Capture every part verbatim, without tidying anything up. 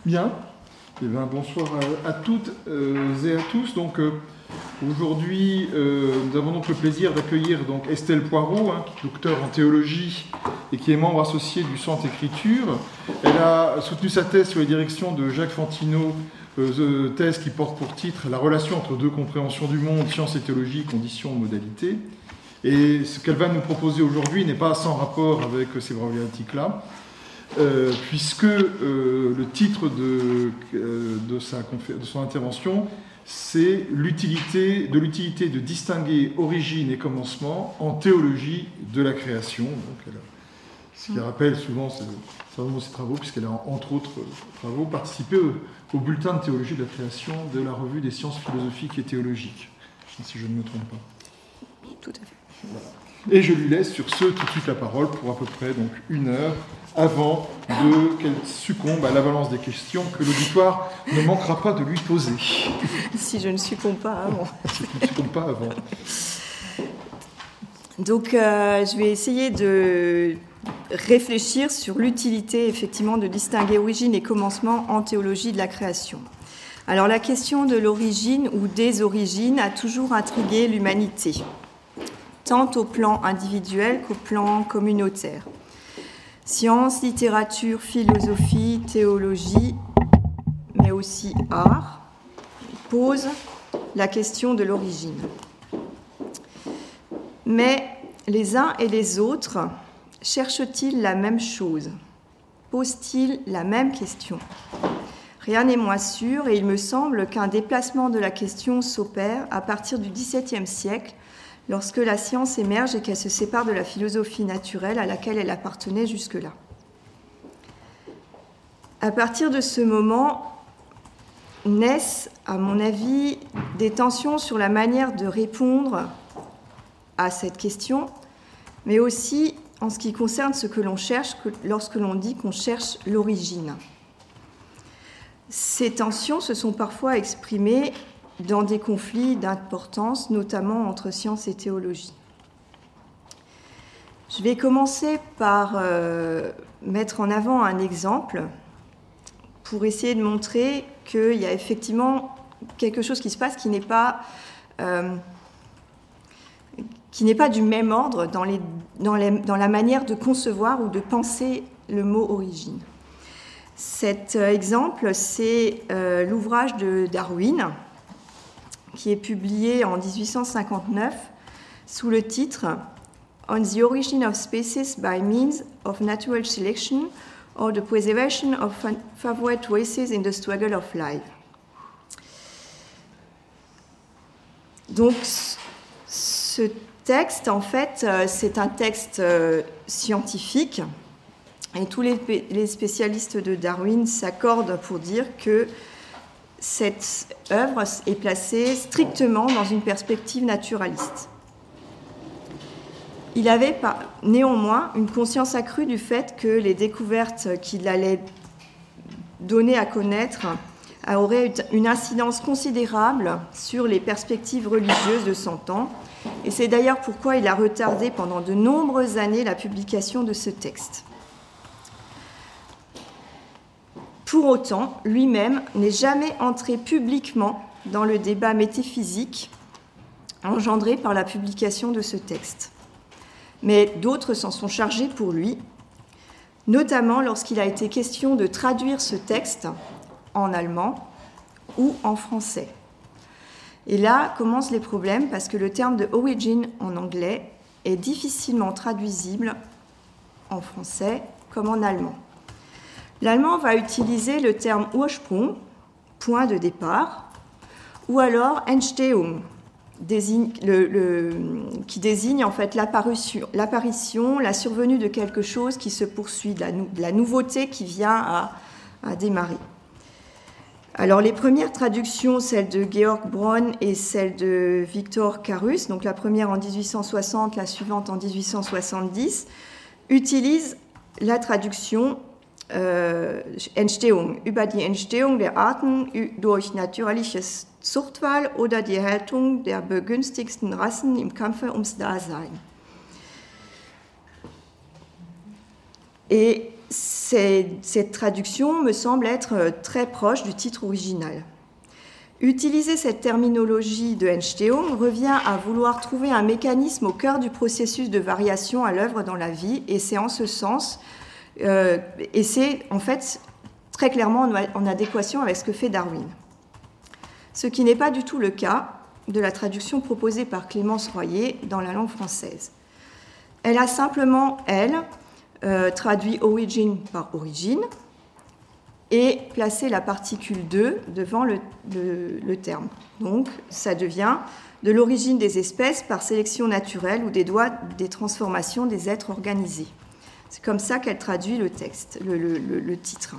Bien. Eh bien, bonsoir à, à toutes euh, et à tous. Donc, euh, aujourd'hui, euh, nous avons donc le plaisir d'accueillir donc Estelle Poirot, hein, qui est docteure en théologie et qui est membre associé du Centre Écriture. Elle a soutenu sa thèse sous la direction de Jacques Fantino, euh, thèse qui porte pour titre « La relation entre deux compréhensions du monde, science et théologie, conditions, modalités ». Et ce qu'elle va nous proposer aujourd'hui n'est pas sans rapport avec ces problématiques-là. Euh, puisque euh, le titre de, euh, de, sa, de son intervention, c'est l'utilité, de l'utilité de distinguer origine et commencement en théologie de la création. Donc elle, ce qui rappelle souvent ses, ses travaux, puisqu'elle a, entre autres travaux, participé au, au bulletin de théologie de la création de la revue des sciences philosophiques et théologiques, si je ne me trompe pas. Tout à fait. Voilà. Et je lui laisse sur ce tout de suite la parole pour à peu près donc, une heure avant de, qu'elle succombe à l'avalanche des questions que l'auditoire ne manquera pas de lui poser. Si je ne succombe pas avant. Si je ne succombe pas avant. Donc, euh, je vais essayer de réfléchir sur l'utilité, effectivement, de distinguer origine et commencement en théologie de la création. Alors, la question de l'origine ou des origines a toujours intrigué l'humanité, tant au plan individuel qu'au plan communautaire. Science, littérature, philosophie, théologie, mais aussi art, posent la question de l'origine. Mais les uns et les autres cherchent-ils la même chose? Posent-ils la même question? Rien n'est moins sûr, et il me semble qu'un déplacement de la question s'opère à partir du dix-septième siècle, lorsque la science émerge et qu'elle se sépare de la philosophie naturelle à laquelle elle appartenait jusque-là. À partir de ce moment, naissent, à mon avis, des tensions sur la manière de répondre à cette question, mais aussi en ce qui concerne ce que l'on cherche lorsque l'on dit qu'on cherche l'origine. Ces tensions se sont parfois exprimées dans des conflits d'importance, notamment entre science et théologie. Je vais commencer par euh, mettre en avant un exemple pour essayer de montrer qu'il y a effectivement quelque chose qui se passe qui n'est pas, euh, qui n'est pas du même ordre dans, les, dans, les, dans la manière de concevoir ou de penser le mot origine. Cet exemple, c'est euh, l'ouvrage de Darwin, qui est publié en dix-huit cent cinquante-neuf sous le titre « On the origin of species by means of natural selection or the preservation of favorite races in the struggle of life ». Donc, ce texte, en fait, c'est un texte scientifique, et tous les spécialistes de Darwin s'accordent pour dire que cette œuvre est placée strictement dans une perspective naturaliste. Il avait néanmoins une conscience accrue du fait que les découvertes qu'il allait donner à connaître auraient une incidence considérable sur les perspectives religieuses de son temps, et c'est d'ailleurs pourquoi il a retardé pendant de nombreuses années la publication de ce texte. Pour autant, lui-même n'est jamais entré publiquement dans le débat métaphysique engendré par la publication de ce texte. Mais d'autres s'en sont chargés pour lui, notamment lorsqu'il a été question de traduire ce texte en allemand ou en français. Et là commencent les problèmes parce que le terme de origin en anglais est difficilement traduisible en français comme en allemand. L'allemand va utiliser le terme Ursprung, point de départ, ou alors Entstehung, désigne, le, le, qui désigne en fait l'apparition, l'apparition, la survenue de quelque chose qui se poursuit, de la, de la nouveauté qui vient à, à démarrer. Alors les premières traductions, celle de Georg Braun et celle de Victor Carus, donc la première en dix-huit cent soixante, la suivante en dix-huit cent soixante-dix, utilisent la traduction Äh, Entstehung, über die Entstehung der Arten durch natürliche Zuchtwahl oder die Erhaltung der begünstigten Rassen im Kampfe ums Dasein. Et cette traduction me semble être très proche du titre original. Utiliser cette terminologie de Hensteom revient à vouloir trouver un mécanisme au cœur du processus de variation à l'œuvre dans la vie, et c'est en ce sens, euh, et c'est en fait très clairement en adéquation avec ce que fait Darwin. Ce qui n'est pas du tout le cas de la traduction proposée par Clémence Royer dans la langue française. Elle a simplement, elle, euh, traduit origin par origine et placé la particule de devant le, le, le terme. Donc, ça devient de l'origine des espèces par sélection naturelle ou des doigts des transformations des êtres organisés. C'est comme ça qu'elle traduit le texte, le, le, le, le titre.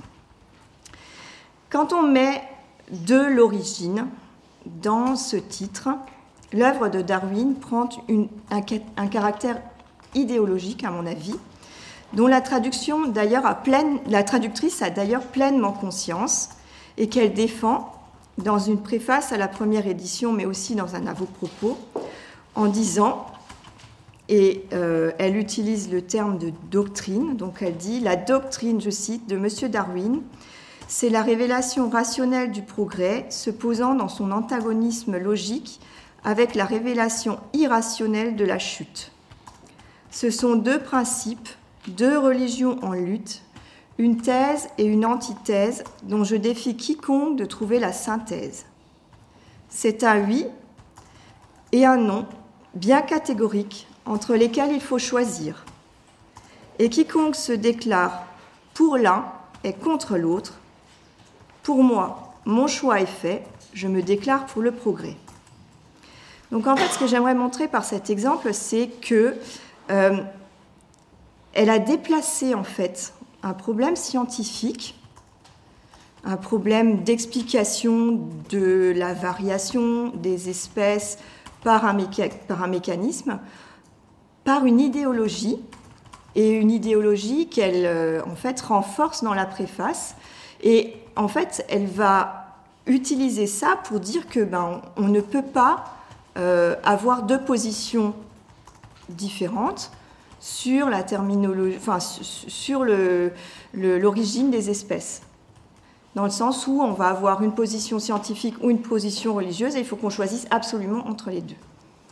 Quand on met de l'origine dans ce titre, l'œuvre de Darwin prend une, un, un caractère idéologique, à mon avis, dont la, traduction, d'ailleurs, a pleine, la traductrice a d'ailleurs pleinement conscience et qu'elle défend dans une préface à la première édition, mais aussi dans un avant-propos, en disant, et euh, elle utilise le terme de doctrine, donc elle dit « La doctrine, je cite, de M. Darwin, c'est la révélation rationnelle du progrès se posant dans son antagonisme logique avec la révélation irrationnelle de la chute. Ce sont deux principes, deux religions en lutte, une thèse et une antithèse dont je défie quiconque de trouver la synthèse. C'est un oui et un non bien catégorique entre lesquels il faut choisir. Et quiconque se déclare pour l'un et contre l'autre, pour moi, mon choix est fait, je me déclare pour le progrès. » Donc en fait, ce que j'aimerais montrer par cet exemple, c'est que euh, elle a déplacé en fait un problème scientifique, un problème d'explication de la variation des espèces par un, méca- par un mécanisme, par une idéologie, et une idéologie qu'elle euh, en fait renforce dans la préface. Et en fait, elle va utiliser ça pour dire que ben, on ne peut pas euh, avoir deux positions différentes sur la terminologie, enfin sur le, le, l'origine des espèces. Dans le sens où on va avoir une position scientifique ou une position religieuse, et il faut qu'on choisisse absolument entre les deux.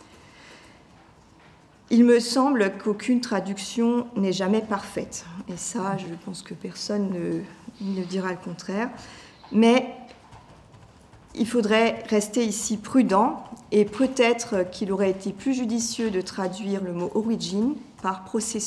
Il me semble qu'aucune traduction n'est jamais parfaite, et ça, je pense que personne ne, ne dira le contraire, mais il faudrait rester ici prudent, et peut-être qu'il aurait été plus judicieux de traduire le mot « origin » par « processus ».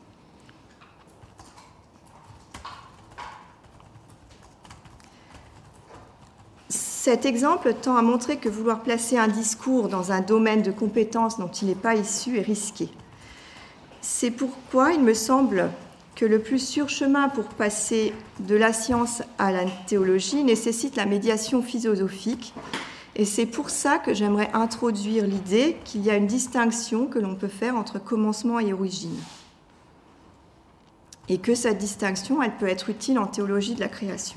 Cet exemple tend à montrer que vouloir placer un discours dans un domaine de compétences dont il n'est pas issu est risqué. C'est pourquoi il me semble que le plus sûr chemin pour passer de la science à la théologie nécessite la médiation philosophique, et c'est pour ça que j'aimerais introduire l'idée qu'il y a une distinction que l'on peut faire entre commencement et origine, et que cette distinction, elle peut être utile en théologie de la création.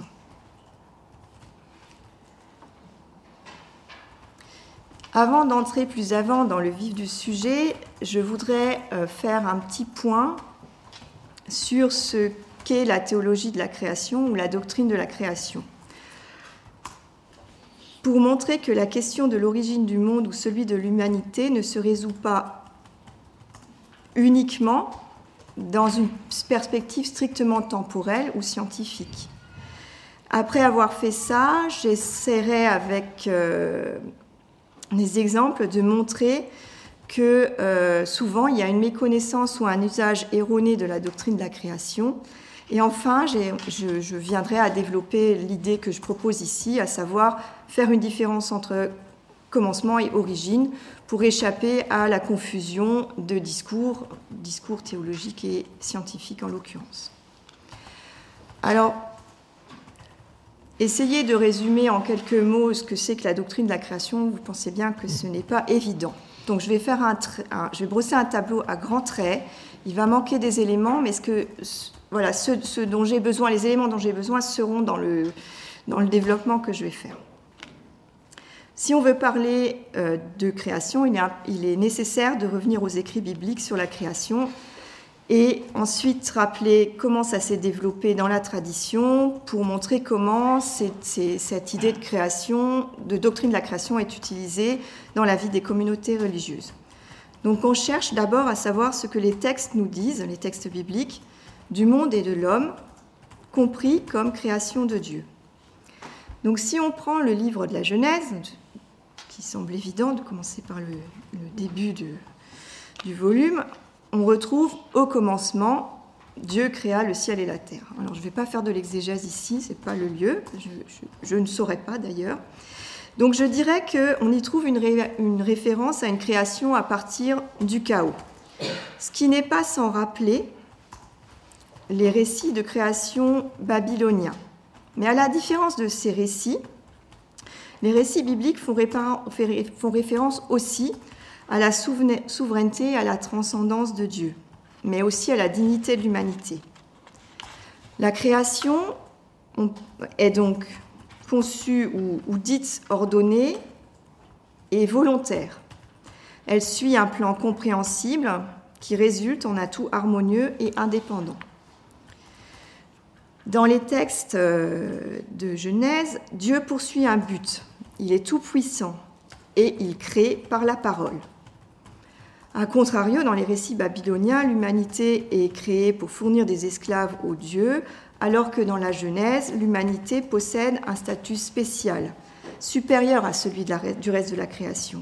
Avant d'entrer plus avant dans le vif du sujet, je voudrais faire un petit point sur ce qu'est la théologie de la création ou la doctrine de la création. Pour montrer que la question de l'origine du monde ou celui de l'humanité ne se résout pas uniquement dans une perspective strictement temporelle ou scientifique. Après avoir fait ça, j'essaierai avec euh, des exemples de montrer que euh, souvent il y a une méconnaissance ou un usage erroné de la doctrine de la création. Et enfin, j'ai, je, je viendrai à développer l'idée que je propose ici, à savoir faire une différence entre commencement et origine pour échapper à la confusion de discours, discours théologiques et scientifiques en l'occurrence. Alors, essayez de résumer en quelques mots ce que c'est que la doctrine de la création. Vous pensez bien que ce n'est pas évident. Donc, je vais, faire un tra- un, je vais brosser un tableau à grands traits. Il va manquer des éléments, mais ce que, voilà, ceux, ceux dont j'ai besoin, les éléments dont j'ai besoin seront dans le, dans le développement que je vais faire. Si on veut parler euh, de création, il est, il est nécessaire de revenir aux écrits bibliques sur la création et ensuite rappeler comment ça s'est développé dans la tradition pour montrer comment c'est, c'est, cette idée de création, de doctrine de la création est utilisée dans la vie des communautés religieuses. Donc on cherche d'abord à savoir ce que les textes nous disent, les textes bibliques, du monde et de l'homme, compris comme création de Dieu. Donc si on prend le livre de la Genèse, qui semble évident de commencer par le, le début de, du volume, on retrouve au commencement, Dieu créa le ciel et la terre. Alors je ne vais pas faire de l'exégèse ici, ce n'est pas le lieu, je, je, je ne saurais pas d'ailleurs. Donc je dirais qu'on y trouve une, ré, une référence à une création à partir du chaos. Ce qui n'est pas sans rappeler les récits de création babyloniens. Mais à la différence de ces récits, les récits bibliques font, répar, font référence aussi à la souveraineté et à la transcendance de Dieu, mais aussi à la dignité de l'humanité. La création est donc conçue ou, ou dite ordonnée et volontaire. Elle suit un plan compréhensible qui résulte en atout harmonieux et indépendant. Dans les textes de Genèse, Dieu poursuit un but. Il est tout-puissant et il crée par la parole. A contrario, dans les récits babyloniens, l'humanité est créée pour fournir des esclaves aux dieux, alors que dans la Genèse, l'humanité possède un statut spécial, supérieur à celui de la, du reste de la création.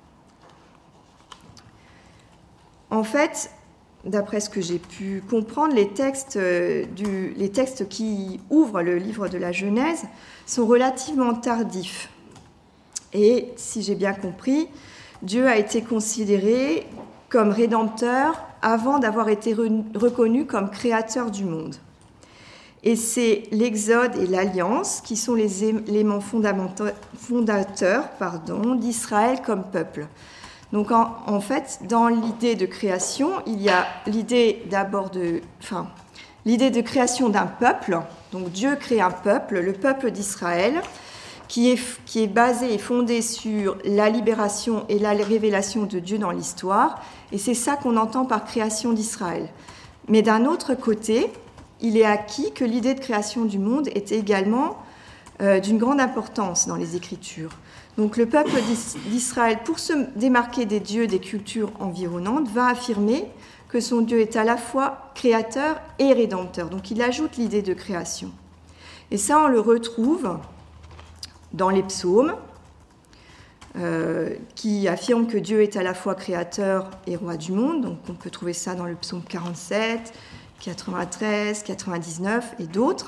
En fait, d'après ce que j'ai pu comprendre, les textes, du, les textes qui ouvrent le livre de la Genèse sont relativement tardifs. Et, si j'ai bien compris, Dieu a été considéré comme rédempteur avant d'avoir été reconnu comme créateur du monde. Et c'est l'Exode et l'Alliance qui sont les éléments fondateurs pardon, d'Israël comme peuple. Donc en, en fait, dans l'idée de création, il y a l'idée d'abord de, enfin, l'idée de création d'un peuple. Donc Dieu crée un peuple, le peuple d'Israël, qui est, qui est basé et fondé sur la libération et la révélation de Dieu dans l'histoire. Et c'est ça qu'on entend par création d'Israël. Mais d'un autre côté, il est acquis que l'idée de création du monde est également euh, d'une grande importance dans les Écritures. Donc le peuple d'Israël, pour se démarquer des dieux des cultures environnantes, va affirmer que son Dieu est à la fois créateur et rédempteur. Donc il ajoute l'idée de création. Et ça, on le retrouve dans les psaumes, euh, qui affirment que Dieu est à la fois créateur et roi du monde. Donc on peut trouver ça dans le psaume quarante-sept, quatre-vingt-treize, quatre-vingt-dix-neuf et d'autres.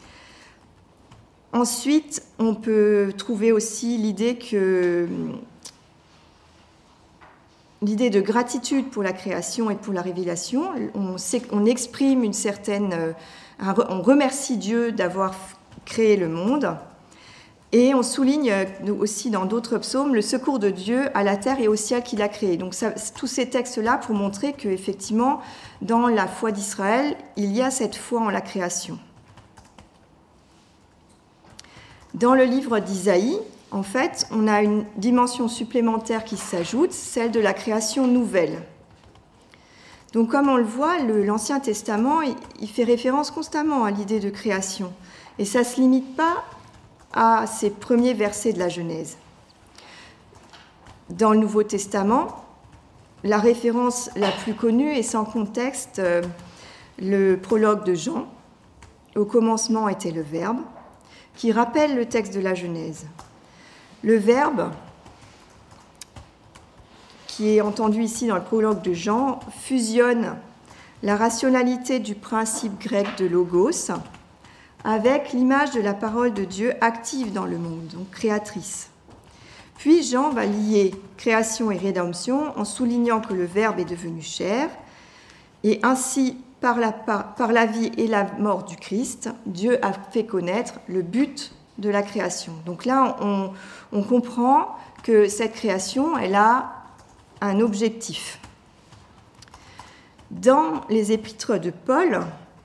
Ensuite, on peut trouver aussi l'idée que l'idée de gratitude pour la création et pour la révélation. On, sait, on exprime une certaine, on remercie Dieu d'avoir créé le monde. Et on souligne aussi dans d'autres psaumes le secours de Dieu à la terre et au ciel qu'il a créé. Donc ça, tous ces textes-là pour montrer qu'effectivement, dans la foi d'Israël, il y a cette foi en la création. Dans le livre d'Isaïe, en fait, on a une dimension supplémentaire qui s'ajoute, celle de la création nouvelle. Donc comme on le voit, le, l'Ancien Testament, il, il fait référence constamment à l'idée de création. Et ça ne se limite pas à ces premiers versets de la Genèse. Dans le Nouveau Testament, la référence la plus connue est sans contexte euh, le prologue de Jean, « Au commencement était le Verbe », qui rappelle le texte de la Genèse. Le Verbe, qui est entendu ici dans le prologue de Jean, fusionne la rationalité du principe grec de logos avec l'image de la parole de Dieu active dans le monde, donc créatrice. Puis Jean va lier création et rédemption en soulignant que le Verbe est devenu chair, et ainsi, par la, par, par la vie et la mort du Christ, Dieu a fait connaître le but de la création. Donc là, on, on comprend que cette création, elle a un objectif. Dans les épîtres de Paul,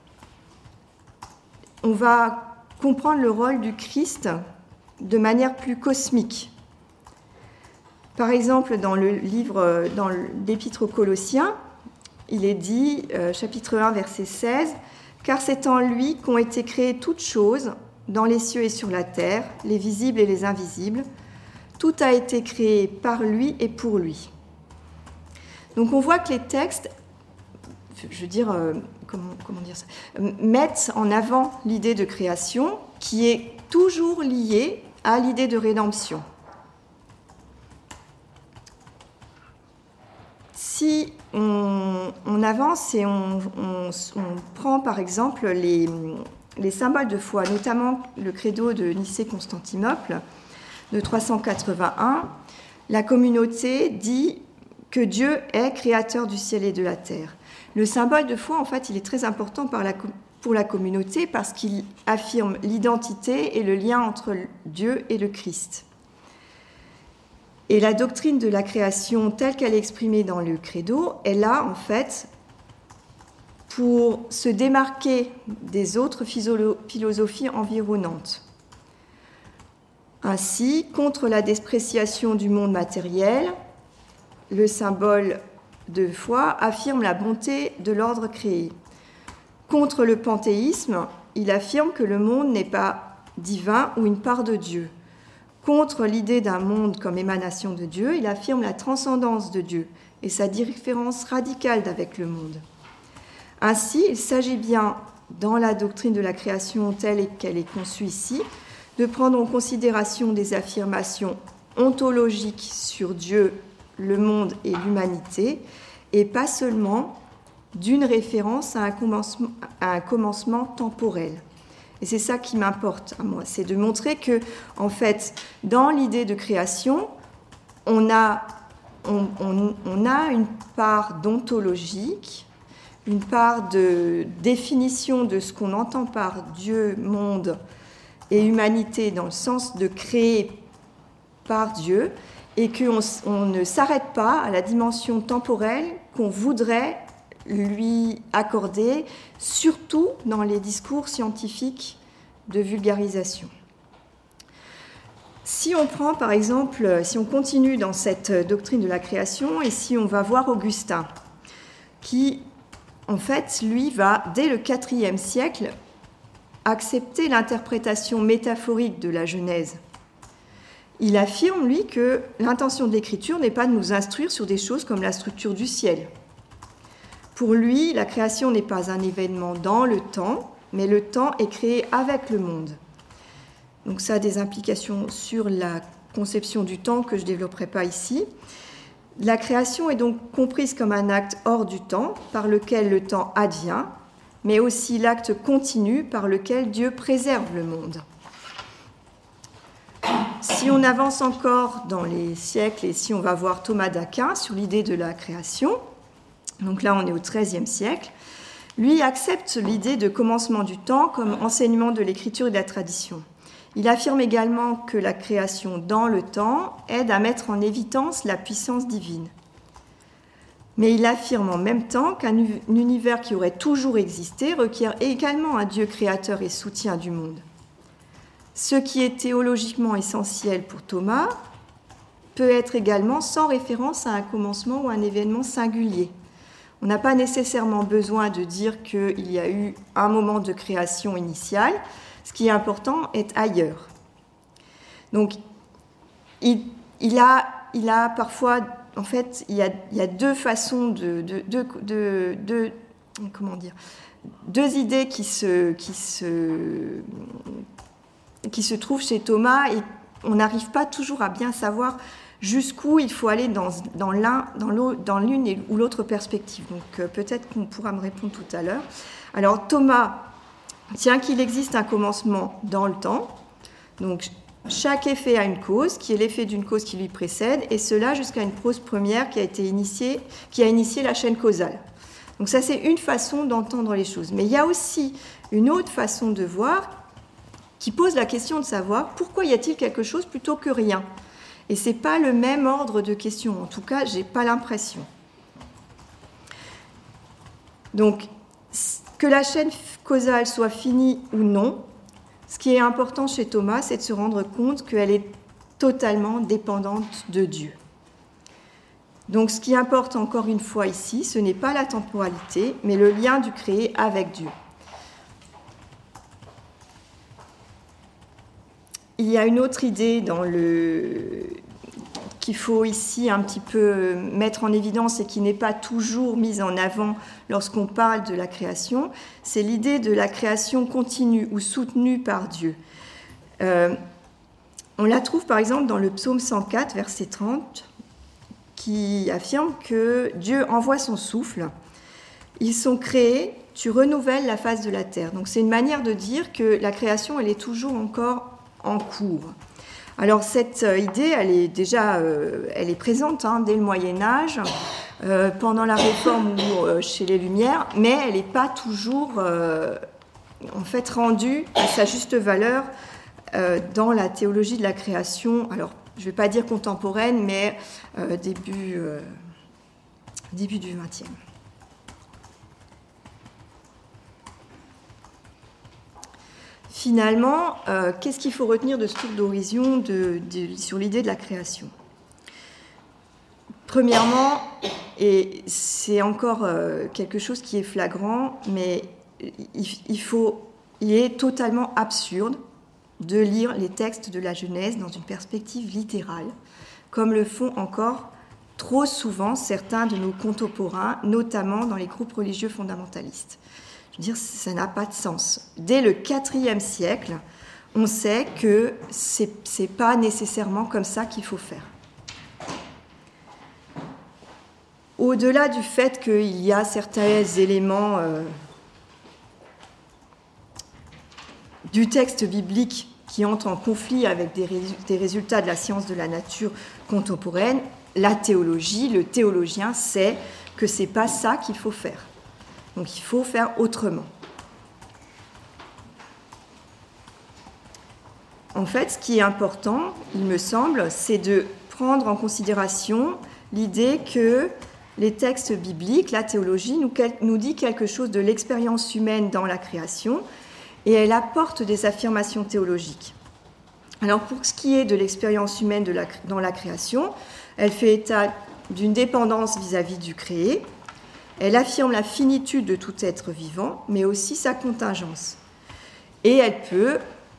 on va comprendre le rôle du Christ de manière plus cosmique. Par exemple, dans le livre, dans l'épître aux Colossiens, il est dit, euh, chapitre un, verset seize, « Car c'est en lui qu'ont été créées toutes choses, dans les cieux et sur la terre, les visibles et les invisibles. Tout a été créé par lui et pour lui. » Donc on voit que les textes, je veux dire, euh, comment, comment dire ça, mettent en avant l'idée de création qui est toujours liée à l'idée de rédemption. Si on, on avance et on, on, on prend par exemple les, les symboles de foi, notamment le credo de Nicée-Constantinople de trois cent quatre-vingt-un, la communauté dit que Dieu est créateur du ciel et de la terre. Le symbole de foi, en fait, il est très important par la, pour la communauté parce qu'il affirme l'identité et le lien entre Dieu et le Christ. Et la doctrine de la création telle qu'elle est exprimée dans le credo est là, en fait, pour se démarquer des autres philosophies environnantes. Ainsi, contre la dépréciation du monde matériel, le symbole de foi affirme la bonté de l'ordre créé. Contre le panthéisme, il affirme que le monde n'est pas divin ou une part de Dieu. Contre l'idée d'un monde comme émanation de Dieu, il affirme la transcendance de Dieu et sa différence radicale d'avec le monde. Ainsi, il s'agit bien, dans la doctrine de la création telle qu'elle est conçue ici, de prendre en considération des affirmations ontologiques sur Dieu, le monde et l'humanité, et pas seulement d'une référence à un commencement, à un commencement temporel. Et c'est ça qui m'importe à moi, c'est de montrer que, en fait, dans l'idée de création, on a, on, on, on a une part d'ontologique, une part de définition de ce qu'on entend par Dieu, monde et humanité, dans le sens de créer par Dieu, et qu'on on ne s'arrête pas à la dimension temporelle qu'on voudrait lui accorder, surtout dans les discours scientifiques de vulgarisation. Si on prend par exemple, si on continue dans cette doctrine de la création et si on va voir Augustin, qui en fait, lui, va dès le quatrième siècle accepter l'interprétation métaphorique de la Genèse. Il affirme, lui, que l'intention de l'Écriture n'est pas de nous instruire sur des choses comme la structure du ciel. Pour lui, la création n'est pas un événement dans le temps, mais le temps est créé avec le monde. Donc ça a des implications sur la conception du temps que je ne développerai pas ici. La création est donc comprise comme un acte hors du temps, par lequel le temps advient, mais aussi l'acte continu par lequel Dieu préserve le monde. Si on avance encore dans les siècles, et si on va voir Thomas d'Aquin sur l'idée de la création, donc là on est au treizième siècle, lui accepte l'idée de commencement du temps comme enseignement de l'écriture et de la tradition. Il affirme également que la création dans le temps aide à mettre en évidence la puissance divine. Mais il affirme en même temps qu'un univers qui aurait toujours existé requiert également un Dieu créateur et soutien du monde. Ce qui est théologiquement essentiel pour Thomas peut être également sans référence à un commencement ou un événement singulier. On n'a pas nécessairement besoin de dire qu'il y a eu un moment de création initiale. Ce qui est important est ailleurs. Donc, il, il, a, il a parfois, en fait, il y a, il y a deux façons de, de, de, de, de comment dire, deux idées qui se, qui se, qui se trouvent chez Thomas et on n'arrive pas toujours à bien savoir jusqu'où il faut aller dans, dans l'un, dans, l'autre, dans l'une ou l'autre perspective. Donc, euh, peut-être qu'on pourra me répondre tout à l'heure. Alors, Thomas tient qu'il existe un commencement dans le temps, donc chaque effet a une cause, qui est l'effet d'une cause qui lui précède, et cela jusqu'à une cause première qui a été initiée, qui a initié la chaîne causale. Donc ça, c'est une façon d'entendre les choses. Mais il y a aussi une autre façon de voir qui pose la question de savoir pourquoi y a-t-il quelque chose plutôt que rien. Et ce n'est pas le même ordre de questions. En tout cas, je n'ai pas l'impression. Donc, que la chaîne causale soit finie ou non, ce qui est important chez Thomas, c'est de se rendre compte qu'elle est totalement dépendante de Dieu. Donc ce qui importe encore une fois ici, ce n'est pas la temporalité, mais le lien du créé avec Dieu. Il y a une autre idée dans le... qu'il faut ici un petit peu mettre en évidence et qui n'est pas toujours mise en avant lorsqu'on parle de la création, c'est l'idée de la création continue ou soutenue par Dieu. Euh, on la trouve par exemple dans le psaume cent quatre, verset trente, qui affirme que Dieu envoie son souffle, ils sont créés, tu renouvelles la face de la terre. Donc c'est une manière de dire que la création, elle est toujours encore en cours. Alors cette idée, elle est déjà euh, elle est présente hein, dès le Moyen-Âge, euh, pendant la Réforme ou euh, chez les Lumières, mais elle n'est pas toujours euh, en fait rendue à sa juste valeur euh, dans la théologie de la création. Alors je ne vais pas dire contemporaine, mais euh, début, euh, début du vingtième. Finalement, euh, qu'est-ce qu'il faut retenir de ce tour d'horizon de, de, sur l'idée de la création ? Premièrement, et c'est encore euh, quelque chose qui est flagrant, mais il, il, faut, il est totalement absurde de lire les textes de la Genèse dans une perspective littérale, comme le font encore trop souvent certains de nos contemporains, notamment dans les groupes religieux fondamentalistes. Je veux dire, ça n'a pas de sens. Dès le quatrième siècle, on sait que ce n'est pas nécessairement comme ça qu'il faut faire. Au-delà du fait qu'il y a certains éléments euh, du texte biblique qui entrent en conflit avec des, rés- des résultats de la science de la nature contemporaine, la théologie, le théologien sait que ce n'est pas ça qu'il faut faire. Donc il faut faire autrement. En fait, ce qui est important, il me semble, c'est de prendre en considération l'idée que les textes bibliques, la théologie, nous, nous dit quelque chose de l'expérience humaine dans la création et elle apporte des affirmations théologiques. Alors pour ce qui est de l'expérience humaine de la, dans la création, elle fait état d'une dépendance vis-à-vis du créé. Elle affirme la finitude de tout être vivant, mais aussi sa contingence. Et elle peut,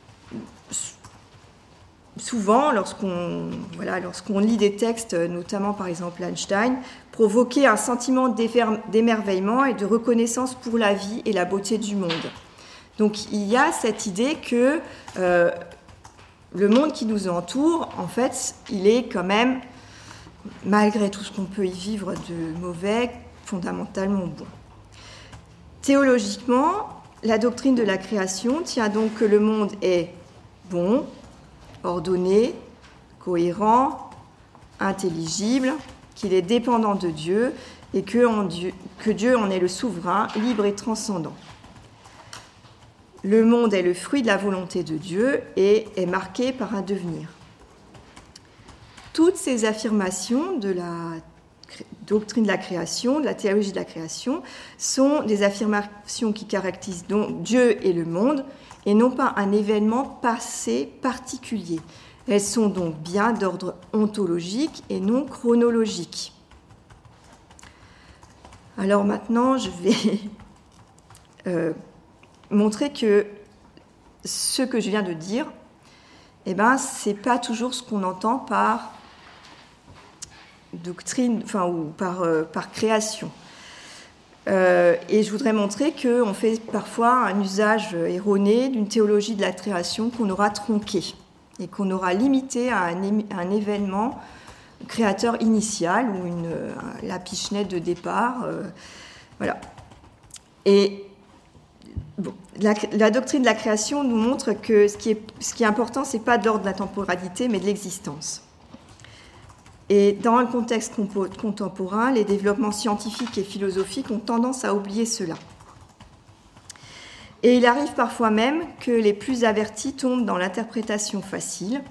souvent, lorsqu'on, voilà, lorsqu'on lit des textes, notamment par exemple Einstein, provoquer un sentiment d'émerveillement et de reconnaissance pour la vie et la beauté du monde. Donc il y a cette idée que euh, le monde qui nous entoure, en fait, il est quand même, malgré tout ce qu'on peut y vivre de mauvais, fondamentalement bon. Théologiquement, la doctrine de la création tient donc que le monde est bon, ordonné, cohérent, intelligible, qu'il est dépendant de Dieu et que, en Dieu, que Dieu en est le souverain, libre et transcendant. Le monde est le fruit de la volonté de Dieu et est marqué par un devenir. Toutes ces affirmations de la doctrine de la création, de la théologie de la création, sont des affirmations qui caractérisent donc Dieu et le monde, et non pas un événement passé particulier. Elles sont donc bien d'ordre ontologique et non chronologique. Alors maintenant, je vais euh, montrer que ce que je viens de dire, eh ben, c'est pas toujours ce qu'on entend par doctrine, enfin, ou par, euh, par création. Euh, et je voudrais montrer qu'on fait parfois un usage erroné d'une théologie de la création qu'on aura tronquée et qu'on aura limité à un, é- un événement créateur initial ou une, euh, la pichenette de départ. Euh, voilà. Et bon, la, la doctrine de la création nous montre que ce qui est, ce qui est important, ce n'est pas de l'ordre de la temporalité, mais de l'existence. Et dans le contexte contemporain, les développements scientifiques et philosophiques ont tendance à oublier cela. Et il arrive parfois même que les plus avertis tombent dans l'interprétation facile.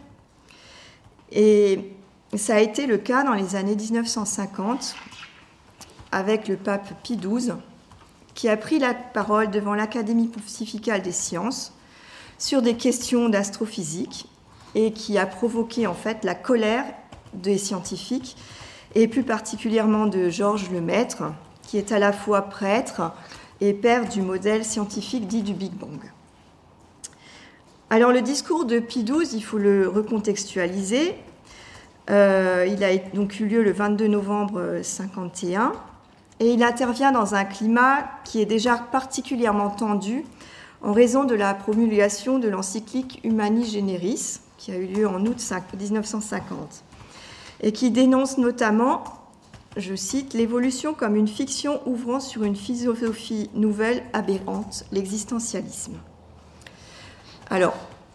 Et ça a été le cas dans les années dix-neuf cent cinquante avec le pape Pie douze, qui a pris la parole devant l'Académie pontificale des sciences sur des questions d'astrophysique et qui a provoqué en fait la colère des scientifiques et plus particulièrement de Georges Lemaître, qui est à la fois prêtre et père du modèle scientifique dit du Big Bang. Alors le discours de Pie douze, il faut le recontextualiser. Euh, il a donc eu lieu le vingt-deux novembre mille neuf cent cinquante et un et il intervient dans un climat qui est déjà particulièrement tendu en raison de la promulgation de l'encyclique Humani Generis, qui a eu lieu en août dix-neuf cent cinquante, et qui dénonce notamment, je cite, « l'évolution comme une fiction ouvrant sur une philosophie nouvelle aberrante, l'existentialisme ». Alors,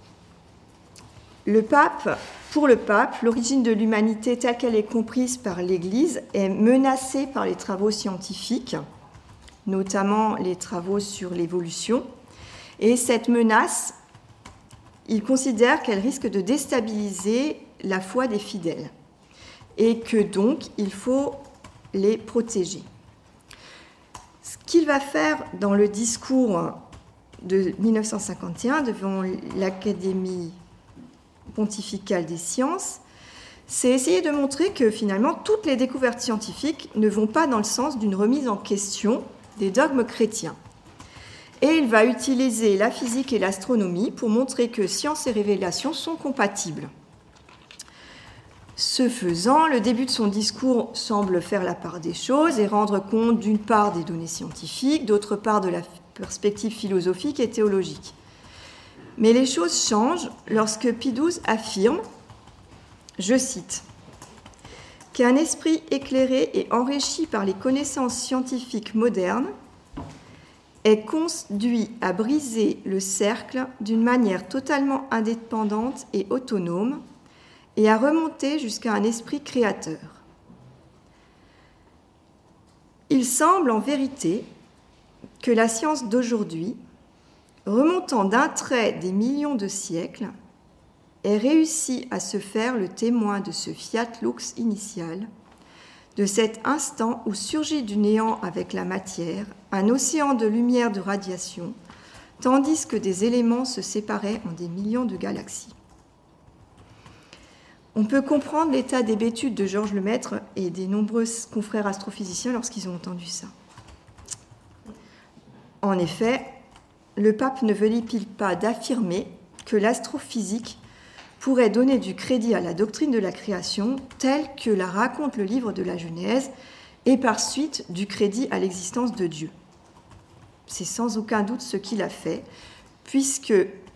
le pape, pour le pape, l'origine de l'humanité telle qu'elle est comprise par l'Église est menacée par les travaux scientifiques, notamment les travaux sur l'évolution. Et cette menace, il considère qu'elle risque de déstabiliser la foi des fidèles et que donc il faut les protéger. Ce qu'il va faire dans le discours de mille neuf cent cinquante et un devant l'Académie pontificale des sciences, c'est essayer de montrer que finalement toutes les découvertes scientifiques ne vont pas dans le sens d'une remise en question des dogmes chrétiens. Et il va utiliser la physique et l'astronomie pour montrer que science et révélation sont compatibles. Ce faisant, le début de son discours semble faire la part des choses et rendre compte d'une part des données scientifiques, d'autre part de la perspective philosophique et théologique. Mais les choses changent lorsque Pie douze affirme, je cite, « qu'un esprit éclairé et enrichi par les connaissances scientifiques modernes est conduit à briser le cercle d'une manière totalement indépendante et autonome et à remonter jusqu'à un esprit créateur. Il semble en vérité que la science d'aujourd'hui, remontant d'un trait des millions de siècles, ait réussi à se faire le témoin de ce fiat lux initial, de cet instant où surgit du néant avec la matière un océan de lumière de radiation, tandis que des éléments se séparaient en des millions de galaxies. » On peut comprendre l'état d'hébétude de Georges Lemaître et des nombreux confrères astrophysiciens lorsqu'ils ont entendu ça. En effet, le pape ne veut-il pas d'affirmer que l'astrophysique pourrait donner du crédit à la doctrine de la création telle que la raconte le livre de la Genèse et par suite du crédit à l'existence de Dieu. C'est sans aucun doute ce qu'il a fait, puisque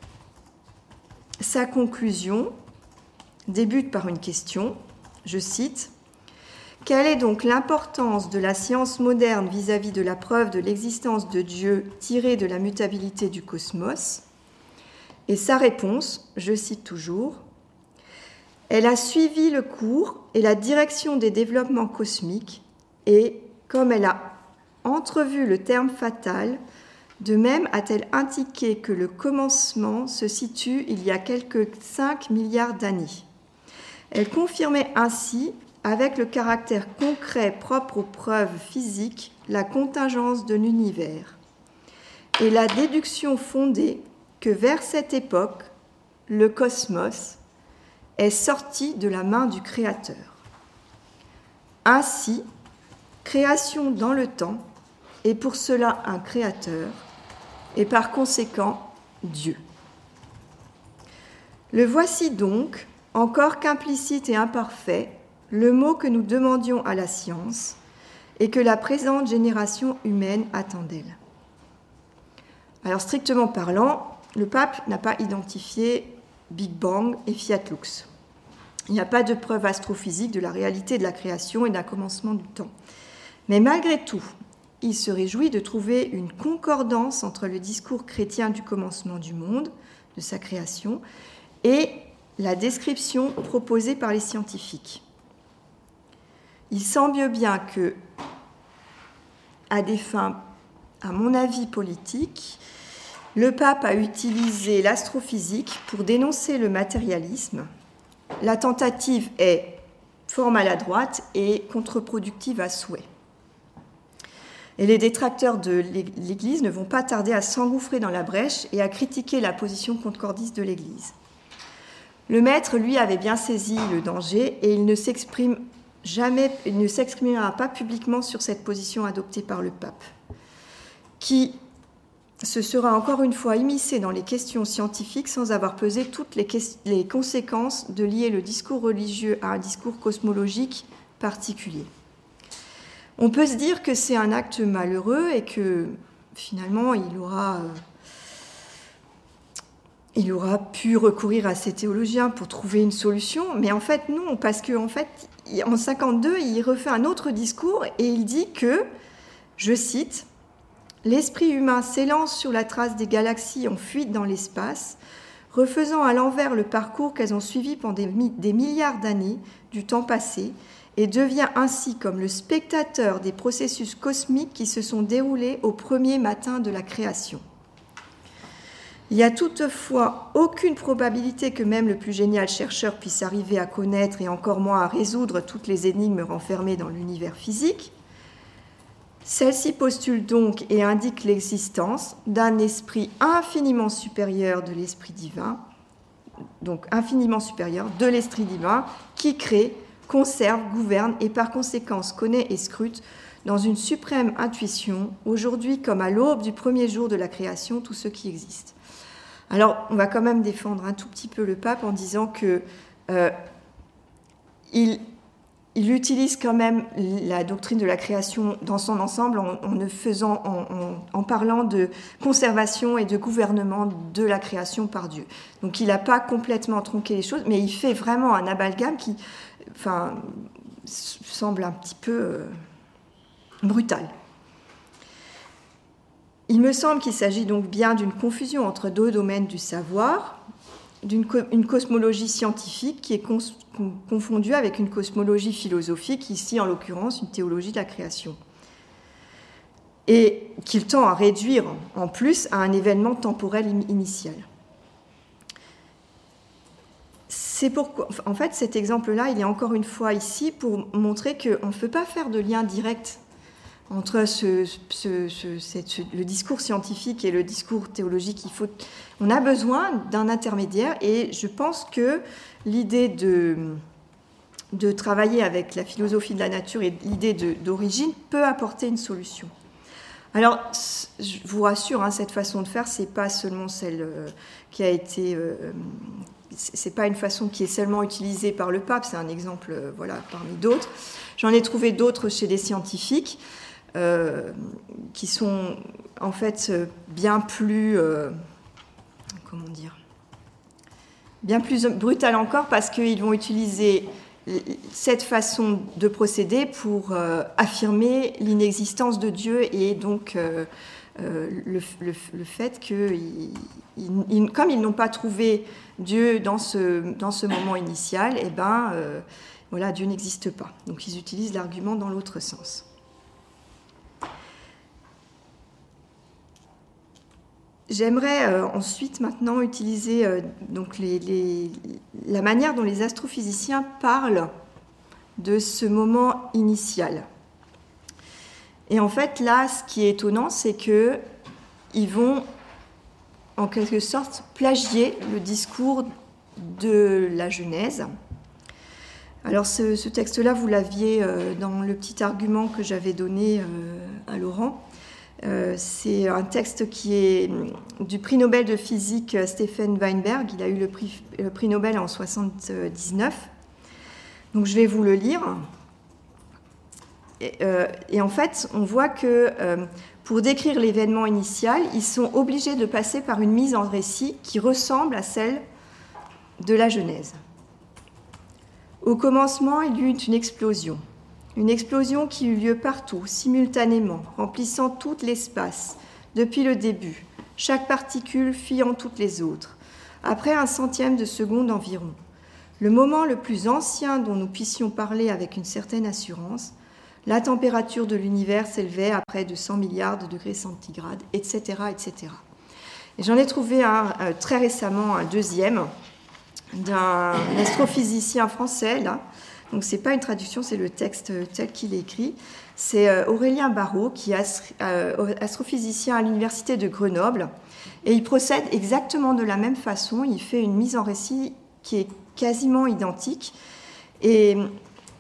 sa conclusion débute par une question, je cite, « Quelle est donc l'importance de la science moderne vis-à-vis de la preuve de l'existence de Dieu tirée de la mutabilité du cosmos ?» Et sa réponse, je cite toujours, « Elle a suivi le cours et la direction des développements cosmiques et, comme elle a entrevu le terme fatal, de même a-t-elle indiqué que le commencement se situe il y a quelques cinq milliards d'années. Elle confirmait ainsi, avec le caractère concret propre aux preuves physiques, la contingence de l'univers et la déduction fondée que vers cette époque, le cosmos est sorti de la main du Créateur. Ainsi, création dans le temps est pour cela un Créateur et par conséquent Dieu. Le voici donc, encore qu'implicite et imparfait, le mot que nous demandions à la science et que la présente génération humaine attend d'elle. Alors strictement parlant, le pape n'a pas identifié Big Bang et Fiat Lux. Il n'y a pas de preuve astrophysique de la réalité de la création et d'un commencement du temps. Mais malgré tout, il se réjouit de trouver une concordance entre le discours chrétien du commencement du monde, de sa création, et la description proposée par les scientifiques. Il semble bien que, à des fins, à mon avis, politiques, le pape a utilisé l'astrophysique pour dénoncer le matérialisme. La tentative est fort maladroite et contre-productive à souhait. Et les détracteurs de l'Église ne vont pas tarder à s'engouffrer dans la brèche et à critiquer la position concordiste de l'Église. Le maître, lui, avait bien saisi le danger et il ne s'exprime jamais, il ne s'exprimera pas publiquement sur cette position adoptée par le pape, qui se sera encore une fois immiscé dans les questions scientifiques sans avoir pesé toutes les, que- les conséquences de lier le discours religieux à un discours cosmologique particulier. On peut se dire que c'est un acte malheureux et que finalement il aura, euh, il aura pu recourir à ces théologiens pour trouver une solution, mais en fait non, parce qu'en fait, en cinquante-deux, il refait un autre discours et il dit que, je cite, « L'esprit humain s'élance sur la trace des galaxies en fuite dans l'espace, refaisant à l'envers le parcours qu'elles ont suivi pendant des, mi- des milliards d'années du temps passé, et devient ainsi comme le spectateur des processus cosmiques qui se sont déroulés au premier matin de la création. Il n'y a toutefois aucune probabilité que même le plus génial chercheur puisse arriver à connaître et encore moins à résoudre toutes les énigmes renfermées dans l'univers physique. Celle-ci postule donc et indique l'existence d'un esprit infiniment supérieur de l'esprit divin, donc infiniment supérieur de l'esprit divin, qui crée, conserve, gouverne et par conséquent connaît et scrute dans une suprême intuition, aujourd'hui comme à l'aube du premier jour de la création, tout ce qui existe. Alors, on va quand même défendre un tout petit peu le pape en disant que euh, il, il utilise quand même la doctrine de la création dans son ensemble en, en, ne faisant, en, en, en parlant de conservation et de gouvernement de la création par Dieu. Donc, il n'a pas complètement tronqué les choses, mais il fait vraiment un amalgame qui, enfin, semble un petit peu euh, brutal. Il me semble qu'il s'agit donc bien d'une confusion entre deux domaines du savoir, d'une co- une cosmologie scientifique qui est cons- confondue avec une cosmologie philosophique, ici en l'occurrence une théologie de la création, et qu'il tend à réduire en plus à un événement temporel initial. C'est pourquoi, en fait, cet exemple-là, il est encore une fois ici pour montrer qu'on ne peut pas faire de lien direct entre ce, ce, ce, cette, ce, le discours scientifique et le discours théologique. Il faut, on a besoin d'un intermédiaire et je pense que l'idée de, de travailler avec la philosophie de la nature et l'idée de, d'origine peut apporter une solution. Alors, je vous rassure, hein, cette façon de faire, ce n'est pas seulement celle euh, qui a été... Euh, c'est pas une façon qui est seulement utilisée par le pape, c'est un exemple euh, voilà, parmi d'autres. J'en ai trouvé d'autres chez des scientifiques euh, qui sont en fait bien plus, euh, comment dire, bien plus brutales encore parce qu'ils vont utiliser cette façon de procéder pour euh, affirmer l'inexistence de Dieu et donc euh, euh, le, le, le fait que, ils, ils, comme ils n'ont pas trouvé Dieu dans ce, dans ce moment initial, eh ben, euh, voilà, Dieu n'existe pas. Donc ils utilisent l'argument dans l'autre sens. J'aimerais euh, ensuite maintenant utiliser euh, donc les, les, la manière dont les astrophysiciens parlent de ce moment initial. Et en fait, là, ce qui est étonnant, c'est qu'ils vont en quelque sorte plagier le discours de la Genèse. Alors ce, ce texte-là, vous l'aviez euh, dans le petit argument que j'avais donné euh, à Laurent. Euh, c'est un texte qui est du prix Nobel de physique Stephen Weinberg. Il a eu le prix, le prix Nobel en soixante-dix-neuf. Donc je vais vous le lire. Et, euh, et en fait, on voit que euh, pour décrire l'événement initial, ils sont obligés de passer par une mise en récit qui ressemble à celle de la Genèse. Au commencement, il y eut une explosion. Une explosion qui eut lieu partout, simultanément, remplissant tout l'espace, depuis le début, chaque particule fuyant toutes les autres, après un centième de seconde environ. Le moment le plus ancien dont nous puissions parler avec une certaine assurance, la température de l'univers s'élevait à près de cent milliards de degrés centigrades, et cetera, et cetera. Et j'en ai trouvé un, euh, très récemment un deuxième d'un astrophysicien français, là. Donc c'est pas une traduction, c'est le texte tel qu'il est écrit. C'est euh, Aurélien Barraud, qui est astri- euh, astrophysicien à l'université de Grenoble, et il procède exactement de la même façon. Il fait une mise en récit qui est quasiment identique. Et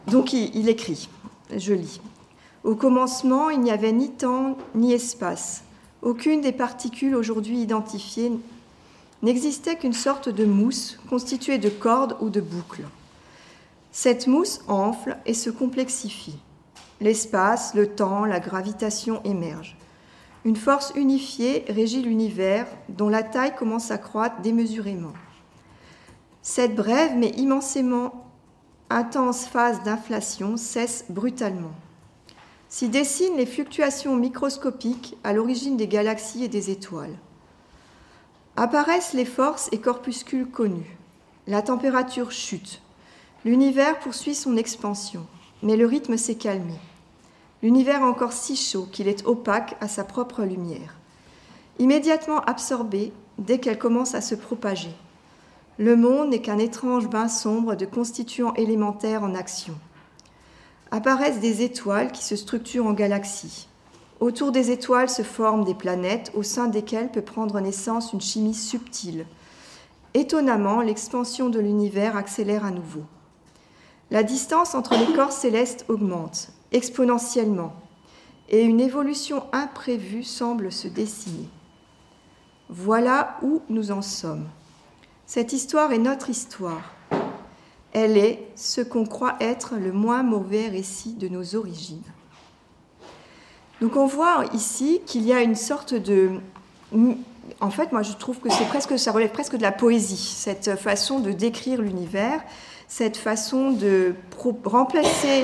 Donc il, il écrit, je lis. « Au commencement, il n'y avait ni temps ni espace. Aucune des particules aujourd'hui identifiées n'existait qu'une sorte de mousse constituée de cordes ou de boucles. Cette mousse enfle et se complexifie. L'espace, le temps, la gravitation émergent. Une force unifiée régit l'univers dont la taille commence à croître démesurément. Cette brève mais immensément intense phase d'inflation cesse brutalement. S'y dessinent les fluctuations microscopiques à l'origine des galaxies et des étoiles. Apparaissent les forces et corpuscules connus. La température chute. L'univers poursuit son expansion, mais le rythme s'est calmé. L'univers est encore si chaud qu'il est opaque à sa propre lumière. Immédiatement absorbée dès qu'elle commence à se propager. Le monde n'est qu'un étrange bain sombre de constituants élémentaires en action. Apparaissent des étoiles qui se structurent en galaxies. Autour des étoiles se forment des planètes au sein desquelles peut prendre naissance une chimie subtile. Étonnamment, l'expansion de l'univers accélère à nouveau. La distance entre les corps célestes augmente, exponentiellement, et une évolution imprévue semble se dessiner. Voilà où nous en sommes. Cette histoire est notre histoire. Elle est ce qu'on croit être le moins mauvais récit de nos origines. Donc on voit ici qu'il y a une sorte de... En fait, moi je trouve que c'est presque, ça relève presque de la poésie, cette façon de décrire l'univers, cette façon de pro- remplacer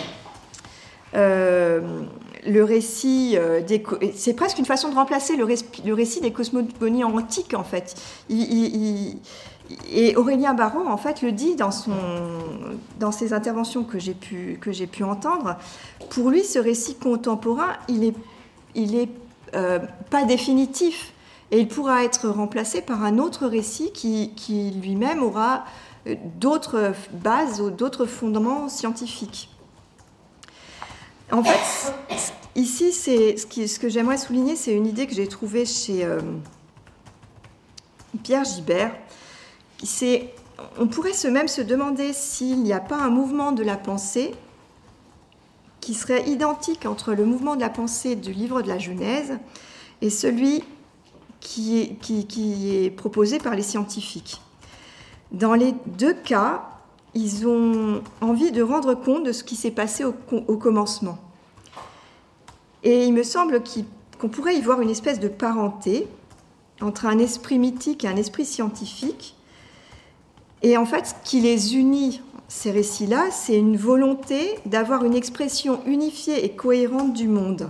euh, le récit des... C'est presque une façon de remplacer le, respi... le récit des cosmogonies antiques, en fait. Il, il, il... Et Aurélien Barraud, en fait, le dit dans, son... dans ses interventions que j'ai pu, que j'ai pu entendre. Pour lui, ce récit contemporain, il n'est il est, euh, pas définitif. Et il pourra être remplacé par un autre récit qui, qui lui-même aura d'autres bases ou d'autres fondements scientifiques. En fait, ici, c'est, ce, qui, ce que j'aimerais souligner, c'est une idée que j'ai trouvée chez euh, Pierre Gibert. C'est, on pourrait se même se demander s'il n'y a pas un mouvement de la pensée qui serait identique entre le mouvement de la pensée du livre de la Genèse et celui qui est, qui, qui est proposé par les scientifiques. Dans les deux cas, ils ont envie de rendre compte de ce qui s'est passé au, au commencement. Et il me semble qu'on pourrait y voir une espèce de parenté entre un esprit mythique et un esprit scientifique. Et en fait, ce qui les unit, ces récits-là, c'est une volonté d'avoir une expression unifiée et cohérente du monde.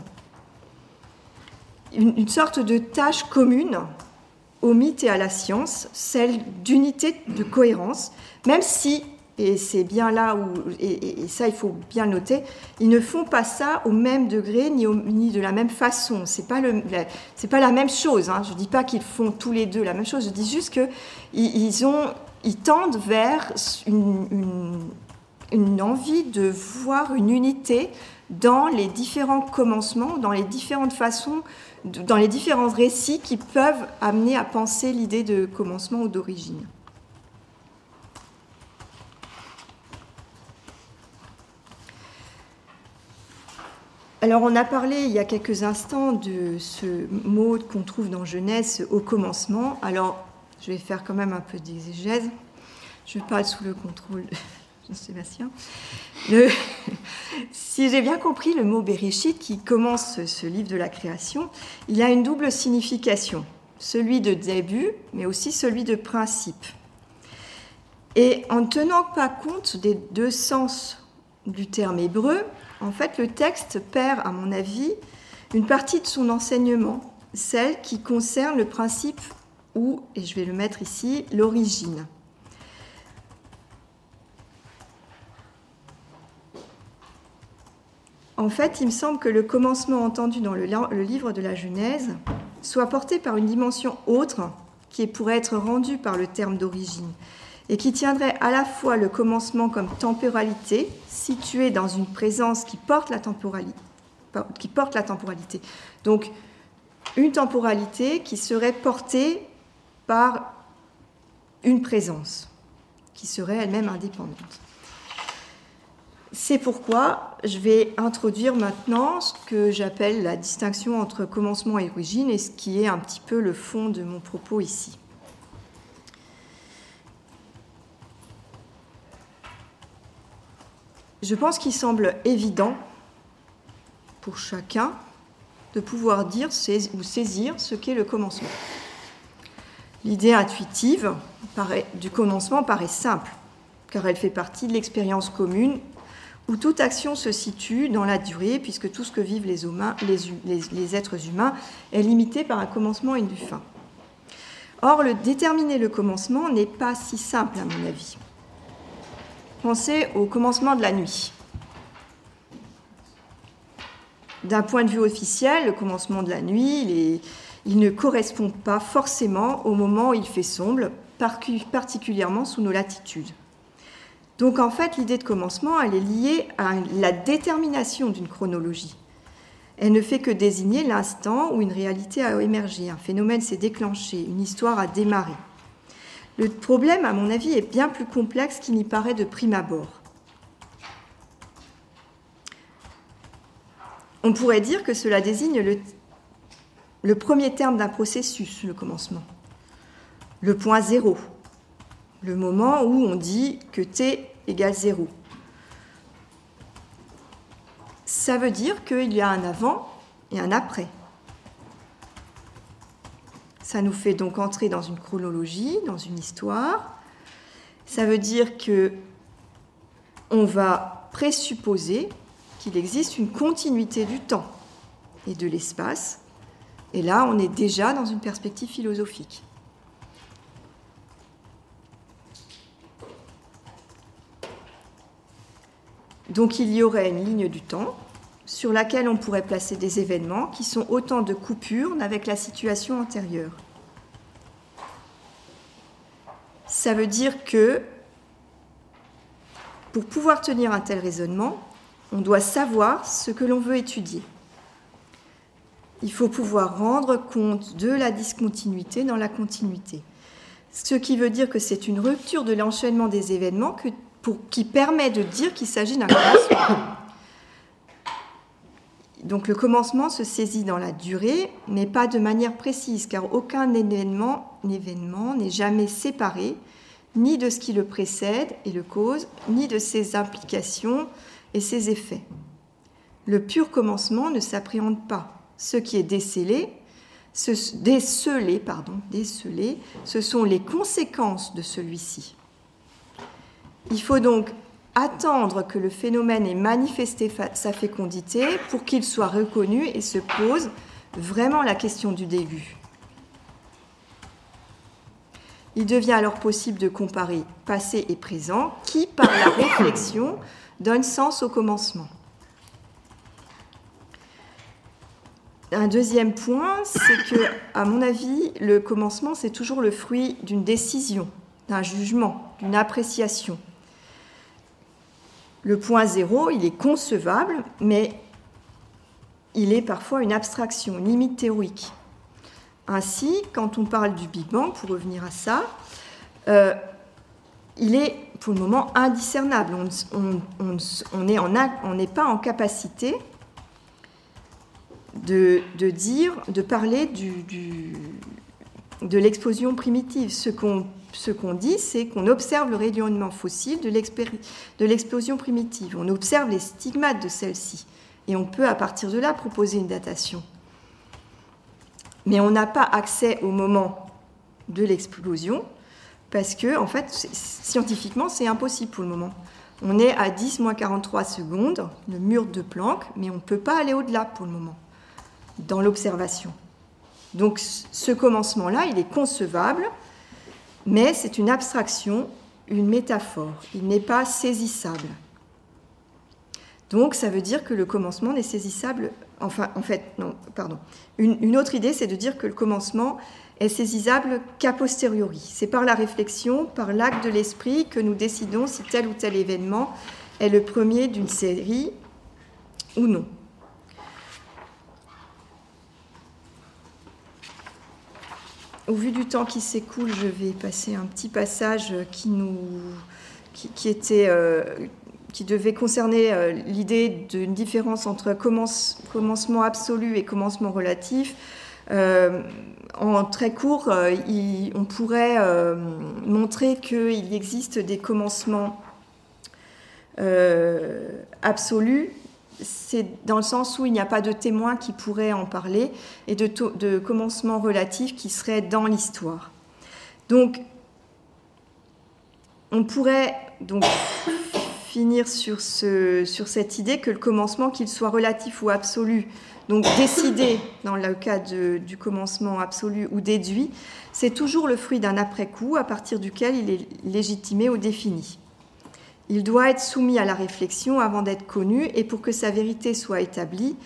Une, une sorte de tâche commune au mythe et à la science, celle d'unité, de cohérence, même si, et c'est bien là où, et, et ça il faut bien le noter, ils ne font pas ça au même degré ni, au, ni de la même façon. C'est pas le, la, c'est pas la même chose. Hein. Je dis pas qu'ils font tous les deux la même chose. Je dis juste que ils, ils ont, ils tendent vers une, une, une envie de voir une unité dans les différents commencements, dans les différentes façons, dans les différents récits qui peuvent amener à penser l'idée de commencement ou d'origine. Alors, on a parlé il y a quelques instants de ce mot qu'on trouve dans Genèse, au commencement. Alors, je vais faire quand même un peu d'exégèse. Je parle sous le contrôle de Jean-Sébastien. Le... Si j'ai bien compris, le mot Bereshit, qui commence ce livre de la création, il a une double signification, celui de début, mais aussi celui de principe. Et en ne tenant pas compte des deux sens du terme hébreu, en fait, le texte perd, à mon avis, une partie de son enseignement, celle qui concerne le principe ou, et je vais le mettre ici, l'origine. En fait, il me semble que le commencement entendu dans le, le livre de la Genèse soit porté par une dimension autre qui pourrait être rendue par le terme d'origine et qui tiendrait à la fois le commencement comme temporalité, située dans une présence qui porte la temporalité, qui porte la temporalité. Donc, une temporalité qui serait portée par une présence, qui serait elle-même indépendante. C'est pourquoi je vais introduire maintenant ce que j'appelle la distinction entre commencement et origine, et ce qui est un petit peu le fond de mon propos ici. Je pense qu'il semble évident pour chacun de pouvoir dire ou saisir ce qu'est le commencement. L'idée intuitive paraît, du commencement paraît simple, car elle fait partie de l'expérience commune où toute action se situe dans la durée, puisque tout ce que vivent les, humains, les, les, les êtres humains est limité par un commencement et une fin. Or, le, déterminer le commencement n'est pas si simple, à mon avis. Pensez au commencement de la nuit. D'un point de vue officiel, le commencement de la nuit, il, est, il ne correspond pas forcément au moment où il fait sombre, particulièrement sous nos latitudes. Donc en fait, l'idée de commencement, elle est liée à la détermination d'une chronologie. Elle ne fait que désigner l'instant où une réalité a émergé, un phénomène s'est déclenché, une histoire a démarré. Le problème, à mon avis, est bien plus complexe qu'il n'y paraît de prime abord. On pourrait dire que cela désigne le, le premier terme d'un processus, le commencement, le point zéro, le moment où on dit que t égale zéro. Ça veut dire qu'il y a un avant et un après. Ça nous fait donc entrer dans une chronologie, dans une histoire. Ça veut dire que on va présupposer qu'il existe une continuité du temps et de l'espace. Et là, on est déjà dans une perspective philosophique. Donc il y aurait une ligne du temps sur laquelle on pourrait placer des événements qui sont autant de coupures avec la situation antérieure. Ça veut dire que pour pouvoir tenir un tel raisonnement, on doit savoir ce que l'on veut étudier. Il faut pouvoir rendre compte de la discontinuité dans la continuité. Ce qui veut dire que c'est une rupture de l'enchaînement des événements que Pour, qui permet de dire qu'il s'agit d'un commencement. Donc le commencement se saisit dans la durée, mais pas de manière précise, car aucun événement, événement n'est jamais séparé, ni de ce qui le précède et le cause, ni de ses implications et ses effets. Le pur commencement ne s'appréhende pas. Ce qui est décelé, ce, décelé, pardon, décelé, ce sont les conséquences de celui-ci. Il faut donc attendre que le phénomène ait manifesté sa fécondité pour qu'il soit reconnu et se pose vraiment la question du début. Il devient alors possible de comparer passé et présent qui, par la réflexion, donne sens au commencement. Un deuxième point, c'est que, à mon avis, le commencement, c'est toujours le fruit d'une décision, d'un jugement, d'une appréciation. Le point zéro, il est concevable, mais il est parfois une abstraction, une limite théorique. Ainsi, quand on parle du Big Bang, pour revenir à ça, euh, il est pour le moment indiscernable. On on, on, est en, on n'est pas en capacité de, de dire, de parler du, du, de l'explosion primitive. Ce qu'on Ce qu'on dit, c'est qu'on observe le rayonnement fossile de, de l'explosion primitive. On observe les stigmates de celle-ci. Et on peut, à partir de là, proposer une datation. Mais on n'a pas accès au moment de l'explosion, parce que, en fait, scientifiquement, c'est impossible pour le moment. On est à dix moins quarante-trois secondes, le mur de Planck, mais on ne peut pas aller au-delà pour le moment, dans l'observation. Donc, ce commencement-là, il est concevable, mais c'est une abstraction, une métaphore. Il n'est pas saisissable. Donc, ça veut dire que le commencement n'est saisissable... Enfin, en fait, non, pardon. Une, une autre idée, c'est de dire que le commencement est saisissable qu'a posteriori. C'est par la réflexion, par l'acte de l'esprit, que nous décidons si tel ou tel événement est le premier d'une série ou non. Au vu du temps qui s'écoule, je vais passer un petit passage qui, nous, qui, qui, était, euh, qui devait concerner euh, l'idée d'une différence entre commence, commencement absolu et commencement relatif. Euh, en très court, euh, il, on pourrait euh, montrer qu'il existe des commencements euh, absolus. C'est dans le sens où il n'y a pas de témoin qui pourrait en parler, et de, to- de commencement relatif qui serait dans l'histoire. Donc, on pourrait donc finir sur, ce, sur cette idée que le commencement, qu'il soit relatif ou absolu, donc décidé dans le cas de, du commencement absolu ou déduit, c'est toujours le fruit d'un après-coup à partir duquel il est légitimé ou défini. Il doit être soumis à la réflexion avant d'être connu, et pour que sa vérité soit établie,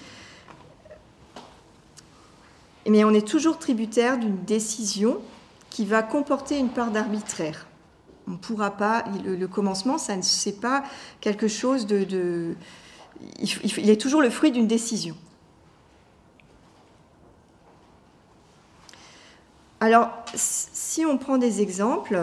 mais on est toujours tributaire d'une décision qui va comporter une part d'arbitraire. On ne pourra pas, le, le commencement, ça ne c'est pas quelque chose de, de il, il est toujours le fruit d'une décision. Alors, si on prend des exemples,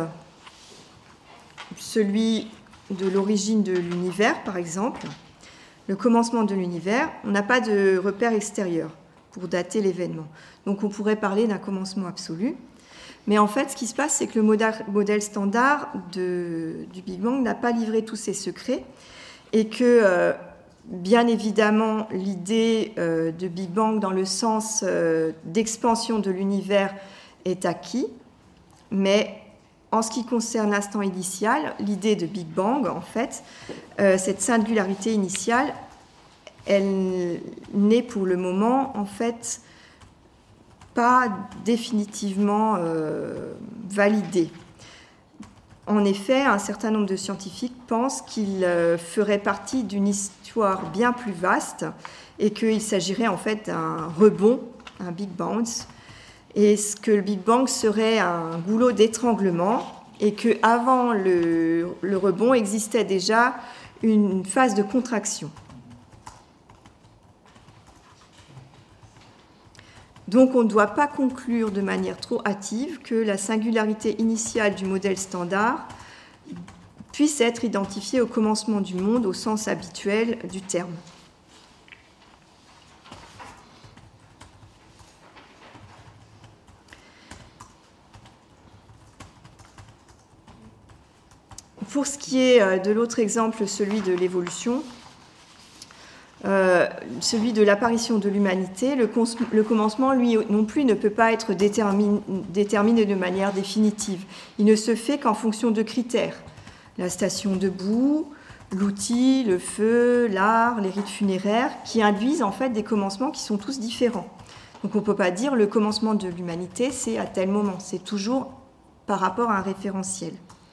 celui de l'origine de l'univers, par exemple, le commencement de l'univers, on n'a pas de repère extérieur pour dater l'événement. Donc on pourrait parler d'un commencement absolu. Mais en fait, ce qui se passe, c'est que le modèle, modèle standard de, du Big Bang n'a pas livré tous ses secrets, et que, euh, bien évidemment, l'idée euh, de Big Bang dans le sens euh, d'expansion de l'univers est acquis, mais en ce qui concerne l'instant initial, l'idée de Big Bang, en fait, euh, cette singularité initiale, elle n'est pour le moment, en fait, pas définitivement euh, validée. En effet, un certain nombre de scientifiques pensent qu'il euh, ferait partie d'une histoire bien plus vaste, et qu'il s'agirait en fait d'un rebond, un Big Bounce, et que le Big Bang serait un goulot d'étranglement, et qu'avant le, le rebond existait déjà une phase de contraction. Donc on ne doit pas conclure de manière trop hâtive que la singularité initiale du modèle standard puisse être identifiée au commencement du monde au sens habituel du terme. Pour ce qui est de l'autre exemple, celui de l'évolution, euh, celui de l'apparition de l'humanité, le, cons- le commencement, lui non plus, ne peut pas être déterminé, déterminé de manière définitive. Il ne se fait qu'en fonction de critères. La station debout, l'outil, le feu, l'art, les rites funéraires, qui induisent en fait des commencements qui sont tous différents. Donc on ne peut pas dire le commencement de l'humanité, c'est à tel moment. C'est toujours par rapport à un référentiel.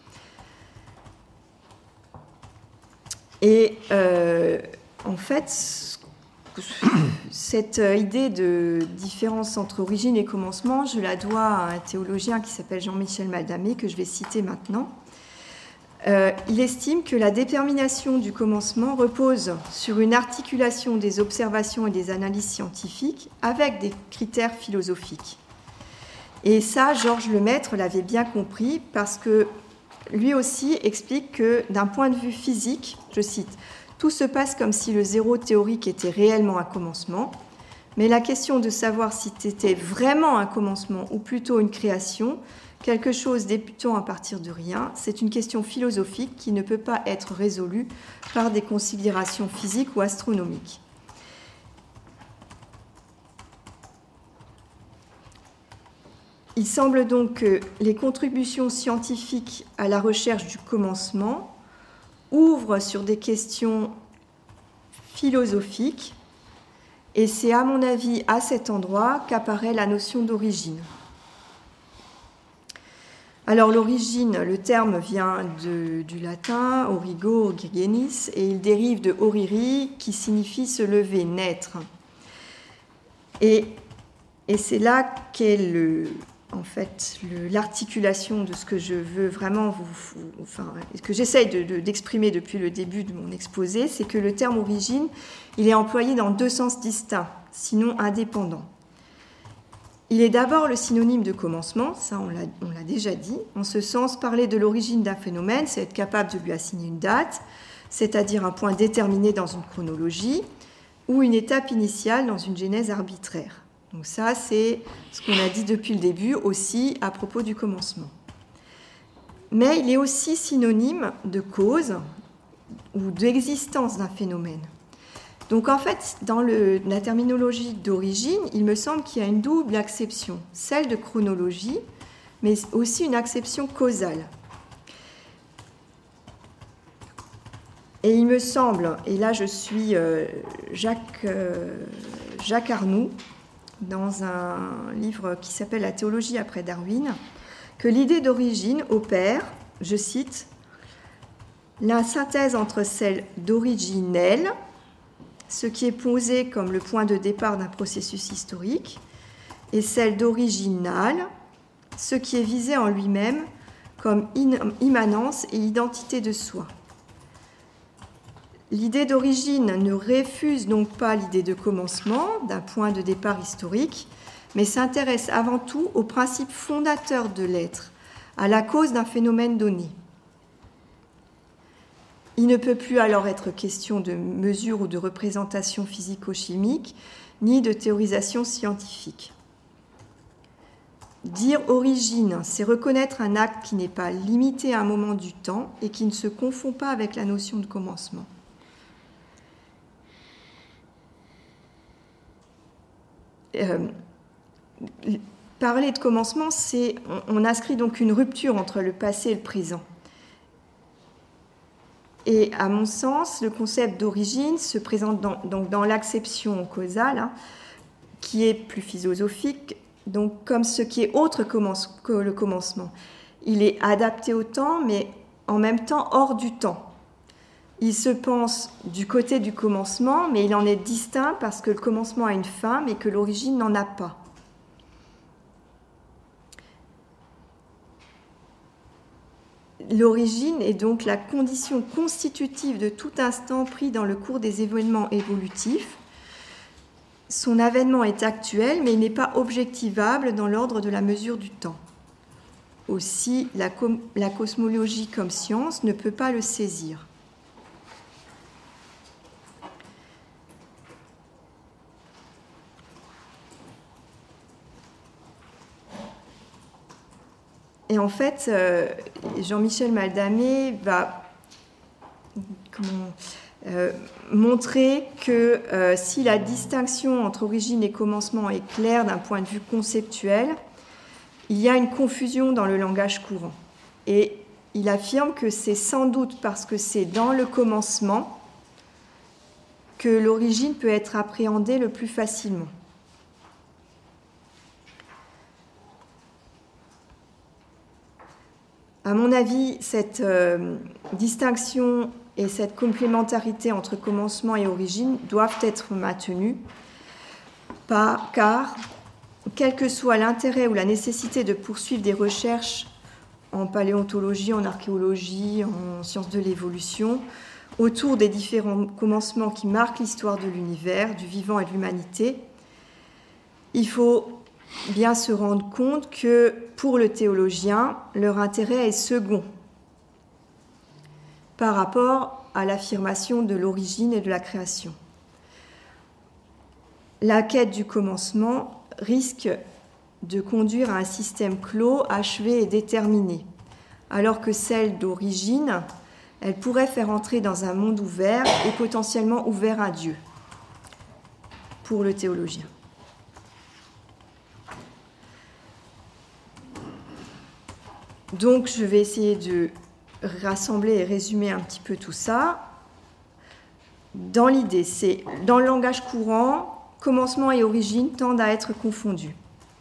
Et euh, en fait, cette idée de différence entre origine et commencement, je la dois à un théologien qui s'appelle Jean-Michel Maldamé, que je vais citer maintenant. Euh, il estime que la détermination du commencement repose sur une articulation des observations et des analyses scientifiques avec des critères philosophiques. Et ça, Georges Lemaître l'avait bien compris, parce que lui aussi explique que d'un point de vue physique, je cite, « Tout se passe comme si le zéro théorique était réellement un commencement, mais la question de savoir si c'était vraiment un commencement ou plutôt une création, quelque chose débutant à partir de rien, c'est une question philosophique qui ne peut pas être résolue par des considérations physiques ou astronomiques. » Il semble donc que les contributions scientifiques à la recherche du commencement ouvrent sur des questions philosophiques, et c'est à mon avis à cet endroit qu'apparaît la notion d'origine. Alors l'origine, le terme vient de, du latin origo, origenis, et il dérive de oriri, qui signifie se lever, naître. Et, et c'est là qu'est le... en fait, le, l'articulation de ce que je veux vraiment vous, vous enfin, ce que j'essaye de, de, d'exprimer depuis le début de mon exposé, c'est que le terme origine, il est employé dans deux sens distincts, sinon indépendants. Il est d'abord le synonyme de commencement, ça on l'a, on l'a déjà dit. En ce sens, parler de l'origine d'un phénomène, c'est être capable de lui assigner une date, c'est-à-dire un point déterminé dans une chronologie, ou une étape initiale dans une genèse arbitraire. Donc ça, c'est ce qu'on a dit depuis le début aussi à propos du commencement. Mais il est aussi synonyme de cause ou d'existence d'un phénomène. Donc en fait, dans le, la terminologie d'origine, il me semble qu'il y a une double acception, celle de chronologie, mais aussi une acception causale. Et il me semble, et là je suis euh, Jacques, euh, Jacques Arnoux, dans un livre qui s'appelle « La théologie après Darwin », que l'idée d'origine opère, je cite, « la synthèse entre celle d'originelle, ce qui est posé comme le point de départ d'un processus historique, et celle d'original, ce qui est visé en lui-même comme immanence et identité de soi. L'idée d'origine ne refuse donc pas l'idée de commencement, d'un point de départ historique, mais s'intéresse avant tout au principe fondateur de l'être, à la cause d'un phénomène donné. Il ne peut plus alors être question de mesure ou de représentation physico-chimique, ni de théorisation scientifique. Dire origine, c'est reconnaître un acte qui n'est pas limité à un moment du temps et qui ne se confond pas avec la notion de commencement. Euh, parler de commencement, c'est on, on inscrit donc une rupture entre le passé et le présent. Et à mon sens, le concept d'origine se présente dans, donc dans l'acception causale, hein, qui est plus philosophique, donc comme ce qui est autre commence, que le commencement. Il est adapté au temps, mais en même temps hors du temps. Il se pense du côté du commencement, mais il en est distinct parce que le commencement a une fin, mais que l'origine n'en a pas. L'origine est donc la condition constitutive de tout instant pris dans le cours des événements évolutifs. Son avènement est actuel, mais il n'est pas objectivable dans l'ordre de la mesure du temps. Aussi, la, com- la cosmologie comme science ne peut pas le saisir. Et en fait, euh, Jean-Michel Maldamé va comment, euh, montrer que euh, si la distinction entre origine et commencement est claire d'un point de vue conceptuel, il y a une confusion dans le langage courant. Et il affirme que c'est sans doute parce que c'est dans le commencement que l'origine peut être appréhendée le plus facilement. À mon avis, cette euh, distinction et cette complémentarité entre commencement et origine doivent être maintenues, pas, car, quel que soit l'intérêt ou la nécessité de poursuivre des recherches en paléontologie, en archéologie, en sciences de l'évolution, autour des différents commencements qui marquent l'histoire de l'univers, du vivant et de l'humanité, il faut bien se rendre compte que pour le théologien, leur intérêt est second par rapport à l'affirmation de l'origine et de la création. La quête du commencement risque de conduire à un système clos, achevé et déterminé, alors que celle d'origine, elle pourrait faire entrer dans un monde ouvert et potentiellement ouvert à Dieu, pour le théologien. Donc, je vais essayer de rassembler et résumer un petit peu tout ça. Dans l'idée, c'est dans le langage courant, commencement et origine tendent à être confondus.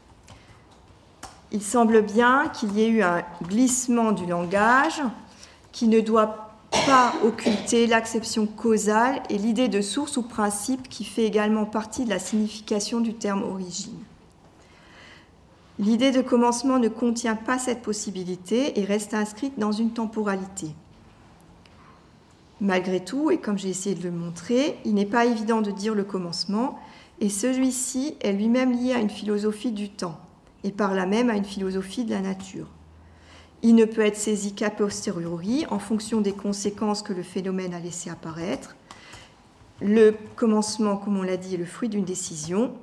Il semble bien qu'il y ait eu un glissement du langage qui ne doit pas occulter l'acception causale et l'idée de source ou principe qui fait également partie de la signification du terme origine. L'idée de commencement ne contient pas cette possibilité et reste inscrite dans une temporalité. Malgré tout, et comme j'ai essayé de le montrer, il n'est pas évident de dire le commencement, et celui-ci est lui-même lié à une philosophie du temps, et par là même à une philosophie de la nature. Il ne peut être saisi qu'a posteriori, en fonction des conséquences que le phénomène a laissé apparaître. Le commencement, comme on l'a dit, est le fruit d'une décision.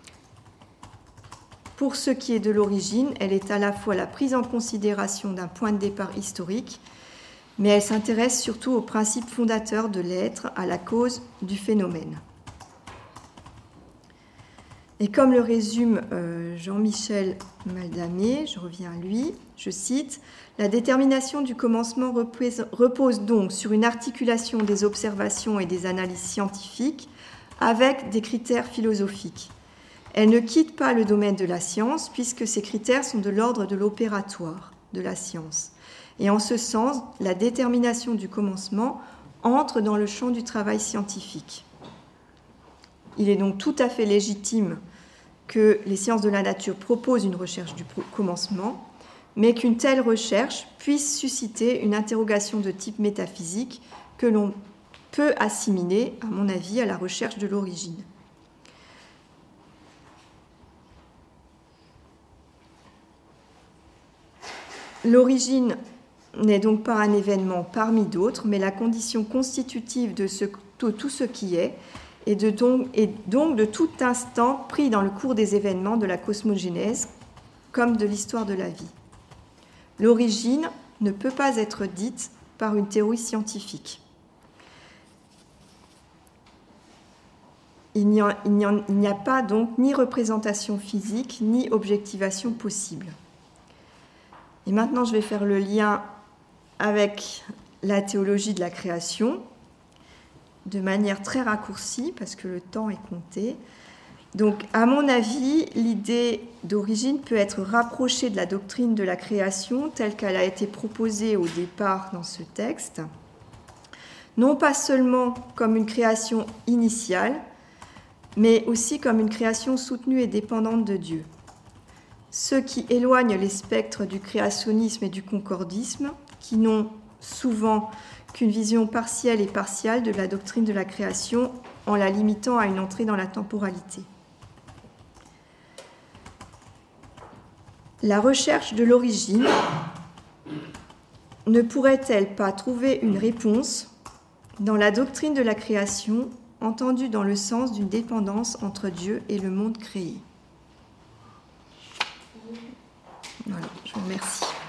Pour ce qui est de l'origine, elle est à la fois la prise en considération d'un point de départ historique, mais elle s'intéresse surtout au principe fondateur de l'être, à la cause du phénomène. Et comme le résume euh, Jean-Michel Maldamier, je reviens à lui, je cite, « La détermination du commencement repose, repose donc sur une articulation des observations et des analyses scientifiques avec des critères philosophiques. Elle ne quitte pas le domaine de la science puisque ces critères sont de l'ordre de l'opératoire de la science. Et en ce sens, la détermination du commencement entre dans le champ du travail scientifique. Il est donc tout à fait légitime que les sciences de la nature proposent une recherche du commencement, mais qu'une telle recherche puisse susciter une interrogation de type métaphysique que l'on peut assimiler, à mon avis, à la recherche de l'origine. L'origine n'est donc pas un événement parmi d'autres, mais la condition constitutive de, ce, de tout ce qui est, et, de donc, et donc de tout instant pris dans le cours des événements de la cosmogénèse, comme de l'histoire de la vie. L'origine ne peut pas être dite par une théorie scientifique. Il n'y a, il n'y a, il n'y a pas donc ni représentation physique, ni objectivation possible. Et maintenant, je vais faire le lien avec la théologie de la création, de manière très raccourcie, parce que le temps est compté. Donc, à mon avis, l'idée d'origine peut être rapprochée de la doctrine de la création telle qu'elle a été proposée au départ dans ce texte, non pas seulement comme une création initiale, mais aussi comme une création soutenue et dépendante de Dieu. Ce qui éloigne les spectres du créationnisme et du concordisme, qui n'ont souvent qu'une vision partielle et partiale de la doctrine de la création en la limitant à une entrée dans la temporalité. La recherche de l'origine ne pourrait-elle pas trouver une réponse dans la doctrine de la création entendue dans le sens d'une dépendance entre Dieu et le monde créé ? Voilà, je vous remercie.